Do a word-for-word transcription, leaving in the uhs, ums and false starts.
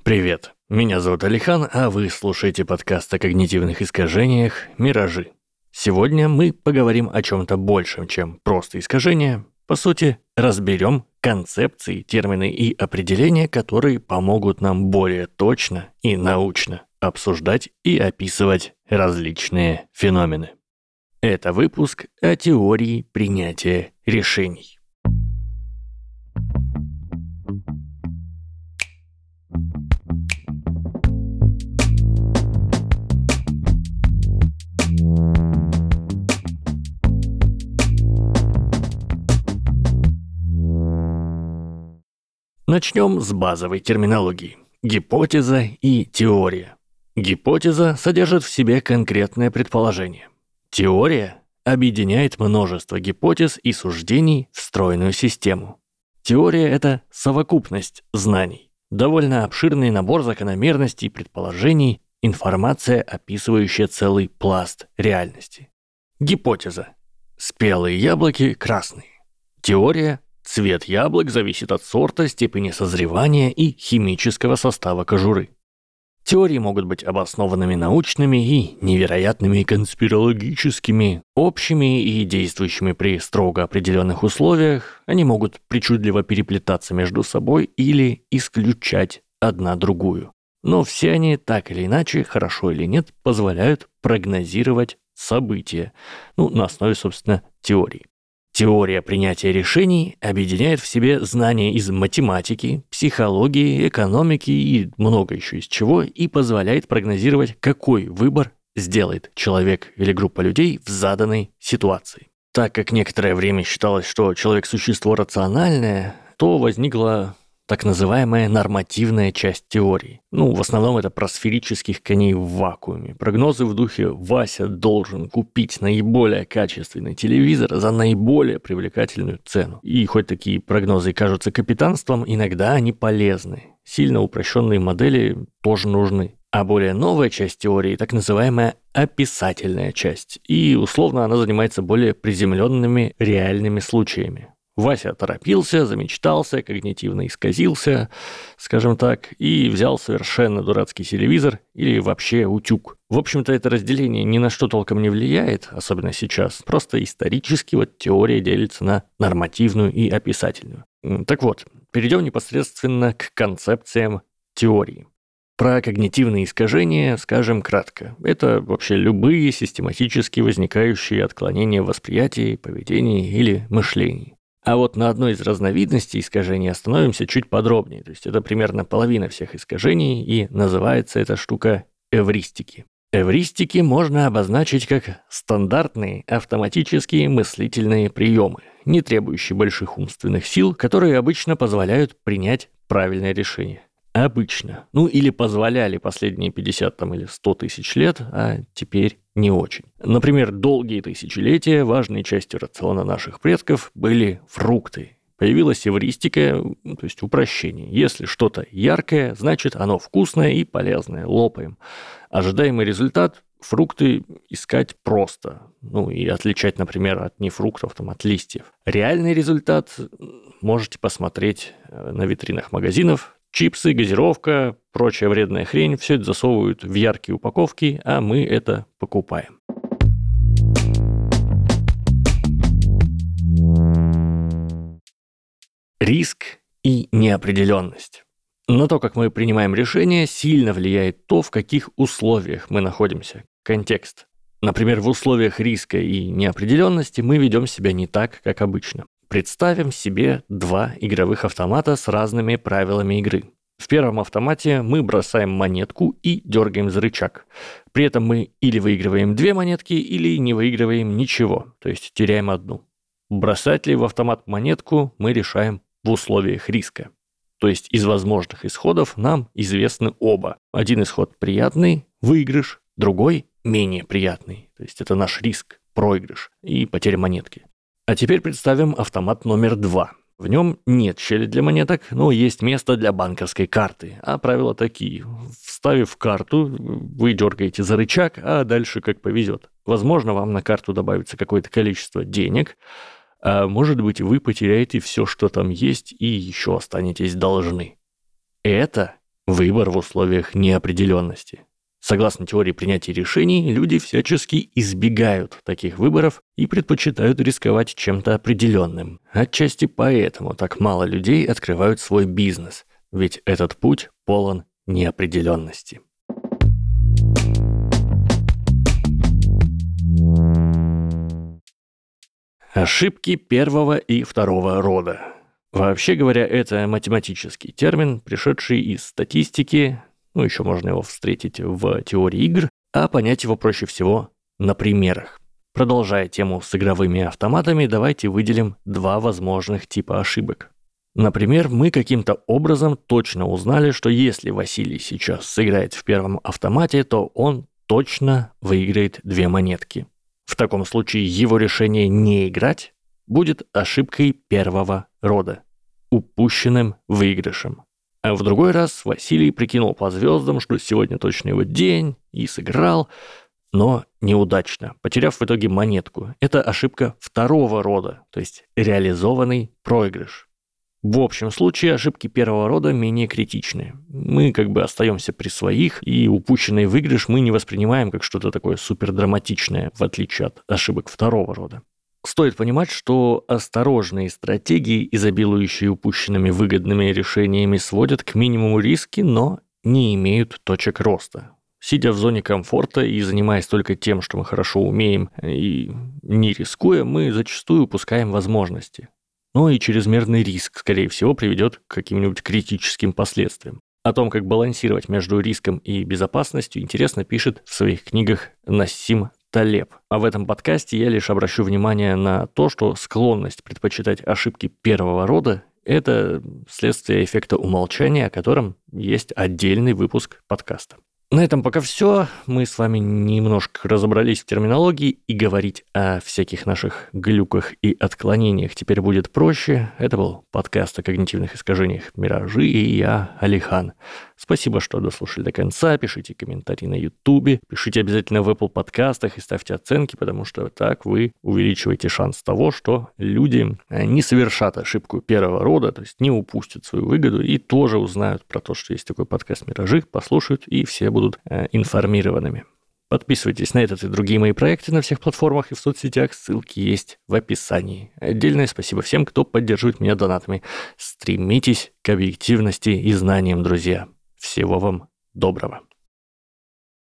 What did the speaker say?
Привет, меня зовут Алихан, а вы слушаете подкаст о когнитивных искажениях «Миражи». Сегодня мы поговорим о чем-то большем, чем просто искажения. По сути, разберем концепции, термины и определения, которые помогут нам более точно и научно обсуждать и описывать различные феномены. Это выпуск о теории принятия решений. Начнем с базовой терминологии. Гипотеза и теория. Гипотеза содержит в себе конкретное предположение. Теория объединяет множество гипотез и суждений в стройную систему. Теория – это совокупность знаний, довольно обширный набор закономерностей, предположений, информация, описывающая целый пласт реальности. Гипотеза. Спелые яблоки красные. Теория. Цвет яблок зависит от сорта, степени созревания и химического состава кожуры. Теории могут быть обоснованными научными и невероятными конспирологическими, общими и действующими при строго определенных условиях. Они могут причудливо переплетаться между собой или исключать одна другую. Но все они, так или иначе, хорошо или нет, позволяют прогнозировать события, ну, на основе, собственно, теории. Теория принятия решений объединяет в себе знания из математики, психологии, экономики и много еще из чего и позволяет прогнозировать, какой выбор сделает человек или группа людей в заданной ситуации. Так как некоторое время считалось, что человек – существо рациональное, то возникла так называемая нормативная часть теории. Ну, в основном это про сферических коней в вакууме. Прогнозы в духе «Вася должен купить наиболее качественный телевизор за наиболее привлекательную цену». И хоть такие прогнозы кажутся капитанством, иногда они полезны. Сильно упрощенные модели тоже нужны. А более новая часть теории – так называемая описательная часть. И условно она занимается более приземленными реальными случаями. Вася торопился, замечтался, когнитивно исказился, скажем так, и взял совершенно дурацкий телевизор или вообще утюг. В общем-то, это разделение ни на что толком не влияет, особенно сейчас. Просто исторически вот теория делится на нормативную и описательную. Так вот, перейдем непосредственно к концепциям теории. Про когнитивные искажения скажем кратко. Это вообще любые систематически возникающие отклонения в восприятии, поведении или мышлении. А вот на одной из разновидностей искажений остановимся чуть подробнее. То есть это примерно половина всех искажений, и называется эта штука эвристики. Эвристики можно обозначить как стандартные автоматические мыслительные приемы, не требующие больших умственных сил, которые обычно позволяют принять правильное решение. Обычно. Ну или позволяли последние пятьдесят там, или сто тысяч лет, а теперь не очень. Например, долгие тысячелетия важной частью рациона наших предков были фрукты. Появилась эвристика, то есть упрощение. Если что-то яркое, значит оно вкусное и полезное. Лопаем. Ожидаемый результат – фрукты искать просто. Ну и отличать, например, от нефруктов, там, от листьев. Реальный результат можете посмотреть на витринах магазинов. Чипсы, газировка, прочая вредная хрень – все это засовывают в яркие упаковки, а мы это покупаем. Риск и неопределенность. На то, как мы принимаем решения, сильно влияет то, в каких условиях мы находимся. Контекст. Например, в условиях риска и неопределенности мы ведем себя не так, как обычно. Представим себе два игровых автомата с разными правилами игры. В первом автомате мы бросаем монетку и дергаем за рычаг. При этом мы или выигрываем две монетки, или не выигрываем ничего, то есть теряем одну. Бросать ли в автомат монетку мы решаем в условиях риска. То есть из возможных исходов нам известны оба. Один исход приятный, выигрыш, другой менее приятный. То есть это наш риск, проигрыш и потеря монетки. А теперь представим автомат номер два. В нем нет щели для монеток, но есть место для банковской карты. А правила такие. Вставив карту, вы дергаете за рычаг, а дальше как повезет. Возможно, вам на карту добавится какое-то количество денег, а может быть, вы потеряете все, что там есть, и еще останетесь должны. Это Выбор в условиях неопределенности. Согласно теории принятия решений, люди всячески избегают таких выборов и предпочитают рисковать чем-то определенным. Отчасти поэтому так мало людей открывают свой бизнес, ведь этот путь полон неопределенности. Ошибки первого и второго рода. Вообще говоря, это математический термин, пришедший из статистики, ну еще можно его встретить в теории игр, а понять его проще всего на примерах. Продолжая тему с игровыми автоматами, давайте выделим два возможных типа ошибок. Например, мы каким-то образом точно узнали, что если Василий сейчас сыграет в первом автомате, то он точно выиграет две монетки. В таком случае его решение не играть будет ошибкой первого рода, упущенным выигрышем. А в другой раз Василий прикинул по звездам, что сегодня точно его день, и сыграл, но неудачно, потеряв в итоге монетку. Это ошибка второго рода, то есть реализованный проигрыш. В общем случае ошибки первого рода менее критичны. Мы как бы остаемся при своих, и упущенный выигрыш мы не воспринимаем как что-то такое супердраматичное, в отличие от ошибок второго рода. Стоит понимать, что осторожные стратегии, изобилующие упущенными выгодными решениями, сводят к минимуму риски, но не имеют точек роста. Сидя в зоне комфорта и занимаясь только тем, что мы хорошо умеем, и не рискуя, мы зачастую упускаем возможности. Но и чрезмерный риск, скорее всего, приведет к каким-нибудь критическим последствиям. О том, как балансировать между риском и безопасностью, интересно пишет в своих книгах Нассим Талеб. А в этом подкасте я лишь обращу внимание на то, что склонность предпочитать ошибки первого рода – это следствие эффекта умолчания, о котором есть отдельный выпуск подкаста. На этом пока все. Мы с вами немножко разобрались в терминологии, и говорить о всяких наших глюках и отклонениях теперь будет проще. Это был подкаст о когнитивных искажениях «Миражи», и я, Алихан. Спасибо, что дослушали до конца. Пишите комментарии на Ютубе, пишите обязательно в Apple подкастах и ставьте оценки, потому что так вы увеличиваете шанс того, что люди не совершат ошибку первого рода, то есть не упустят свою выгоду и тоже узнают про то, что есть такой подкаст «Миражи», послушают, и все будут э, информированными. Подписывайтесь на этот и другие мои проекты на всех платформах и в соцсетях, ссылки есть в описании. Отдельное спасибо всем, кто поддерживает меня донатами. Стремитесь к объективности и знаниям, друзья. Всего вам доброго.